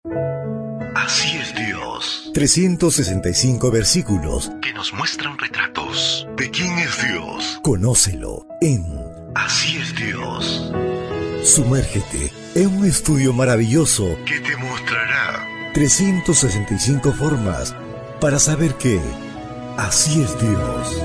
Así es Dios. 365 versículos Que nos muestran retratos de quién es Dios. Conócelo en Así es Dios. Sumérgete en un estudio maravilloso Que te mostrará 365 formas para saber que así es Dios.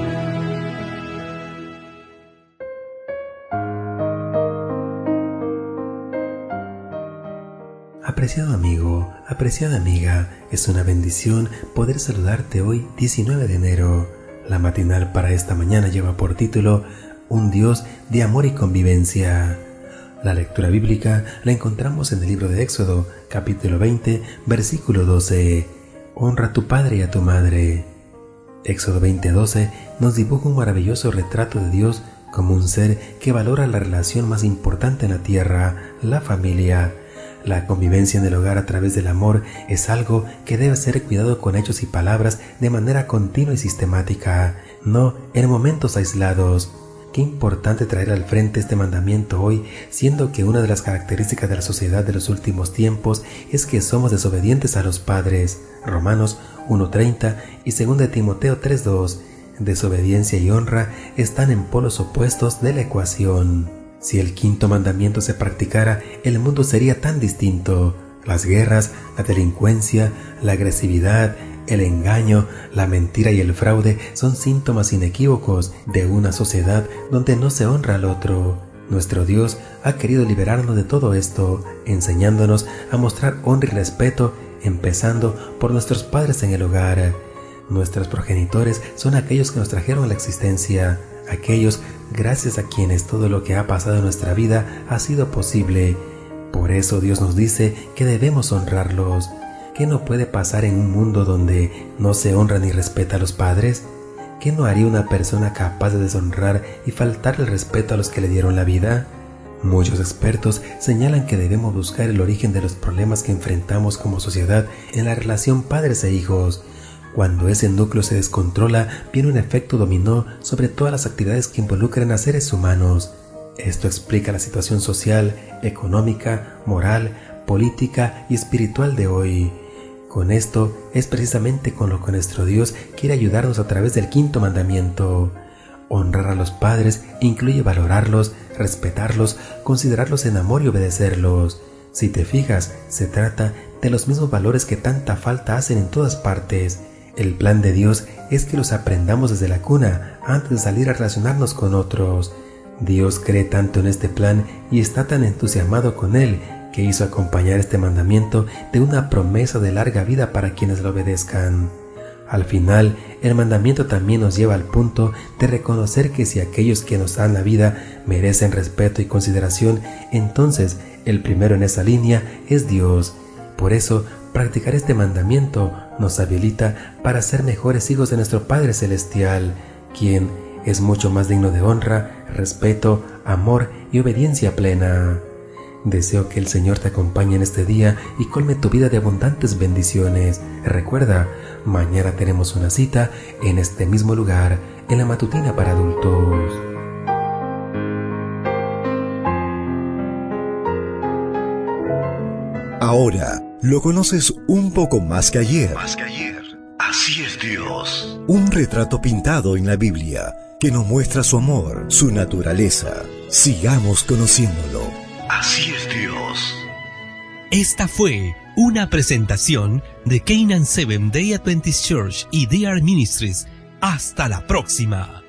Apreciado amigo, apreciada amiga, es una bendición poder saludarte hoy 19 de enero. La matinal para esta mañana lleva por título Un Dios de amor y convivencia. La lectura bíblica la encontramos en el libro de Éxodo, capítulo 20, versículo 12. Honra a tu padre y a tu madre. Éxodo 20:12 nos dibuja un maravilloso retrato de Dios como un ser que valora la relación más importante en la tierra, la familia. La convivencia en el hogar a través del amor es algo que debe ser cuidado con hechos y palabras de manera continua y sistemática, no en momentos aislados. Qué importante traer al frente este mandamiento hoy, siendo que una de las características de la sociedad de los últimos tiempos es que somos desobedientes a los padres. Romanos 1:30 y 2 Timoteo 3:2. Desobediencia y honra están en polos opuestos de la ecuación. Si el quinto mandamiento se practicara, el mundo sería tan distinto. Las guerras, la delincuencia, la agresividad, el engaño, la mentira y el fraude son síntomas inequívocos de una sociedad donde no se honra al otro. Nuestro Dios ha querido liberarnos de todo esto, enseñándonos a mostrar honra y respeto, empezando por nuestros padres en el hogar. Nuestros progenitores son aquellos que nos trajeron a la existencia, aquellos gracias a quienes todo lo que ha pasado en nuestra vida ha sido posible. Por eso Dios nos dice que debemos honrarlos. ¿Qué no puede pasar en un mundo donde no se honra ni respeta a los padres? ¿Qué no haría una persona capaz de deshonrar y faltar el respeto a los que le dieron la vida? Muchos expertos señalan que debemos buscar el origen de los problemas que enfrentamos como sociedad en la relación padres e hijos. Cuando ese núcleo se descontrola, viene un efecto dominó sobre todas las actividades que involucran a seres humanos. Esto explica la situación social, económica, moral, política y espiritual de hoy. Con esto es precisamente con lo que nuestro Dios quiere ayudarnos a través del quinto mandamiento. Honrar a los padres incluye valorarlos, respetarlos, considerarlos en amor y obedecerlos. Si te fijas, se trata de los mismos valores que tanta falta hacen en todas partes. El plan de Dios es que los aprendamos desde la cuna antes de salir a relacionarnos con otros. Dios cree tanto en este plan y está tan entusiasmado con él que hizo acompañar este mandamiento de una promesa de larga vida para quienes lo obedezcan. Al final, el mandamiento también nos lleva al punto de reconocer que si aquellos que nos dan la vida merecen respeto y consideración, entonces el primero en esa línea es Dios. Por eso, practicar este mandamiento nos habilita para ser mejores hijos de nuestro Padre Celestial, quien es mucho más digno de honra, respeto, amor y obediencia plena. Deseo que el Señor te acompañe en este día y colme tu vida de abundantes bendiciones. Recuerda, mañana tenemos una cita en este mismo lugar, en la matutina para adultos. Ahora lo conoces un poco más que ayer. Así es Dios. Un retrato pintado en la Biblia que nos muestra su amor, su naturaleza. Sigamos conociéndolo. Así es Dios. Esta fue una presentación de Canaan Seventh Day Adventist Church y DR Ministries. Hasta la próxima.